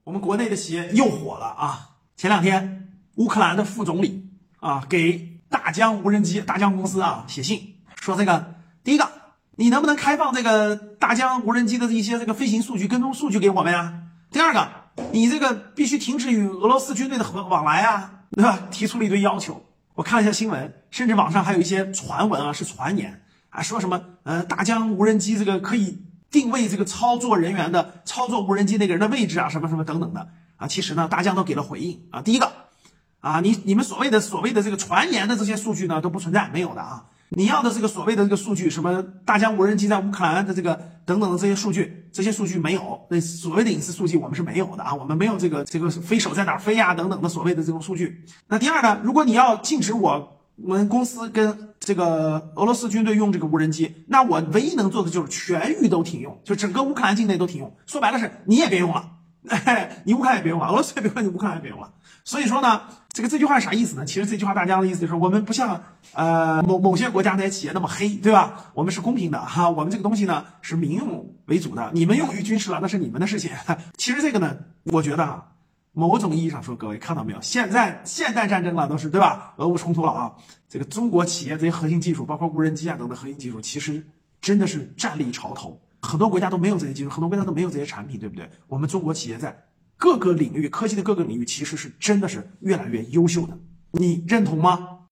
我们国内的企业又火了啊！前2天，乌克兰的副总理啊给大疆无人机、大疆公司啊写信，说这个第一个，你能不能开放这个大疆无人机的一些这个飞行数据、跟踪数据给我们呀？第二个，你这个必须停止与俄罗斯军队的往来啊，对吧？提出了一堆要求。我看了一下新闻，甚至网上还有一些传闻啊，是传言啊，说什么大疆无人机这个可以定位这个操作人员的操作无人机那个人的位置啊，什么什么等等的啊。其实呢，大疆都给了回应啊。第一个啊，你们所谓的这个传言的这些数据呢都不存在，没有的啊。你要的这个所谓的这个数据，什么大疆无人机在乌克兰的这个等等的这些数据没有，那所谓的隐私数据我们是没有的啊，我们没有这个飞手在哪儿飞呀等等的所谓的这种数据。那第二呢，如果你要禁止我们公司跟这个俄罗斯军队用这个无人机，那我唯一能做的就是全域都停用，就整个乌克兰境内都停用。说白了是你也别用了，你乌克兰也别用了，俄罗斯也别用，你乌克兰也别用了。所以说呢，这句话是啥意思呢？其实这句话大家的意思就是我们不像某些国家那些企业那么黑，对吧？我们是公平的哈，我们这个东西呢是民用为主的，你们用于军事了那是你们的事情。其实这个呢，我觉得啊，某种意义上说，各位看到没有？现代战争了都是对吧？俄乌冲突了啊，这个中国企业这些核心技术，包括无人机啊等等核心技术，其实真的是战力潮头，很多国家都没有这些技术，很多国家都没有这些产品，对不对？我们中国企业在各个领域，科技的各个领域，其实是真的是越来越优秀的，你认同吗？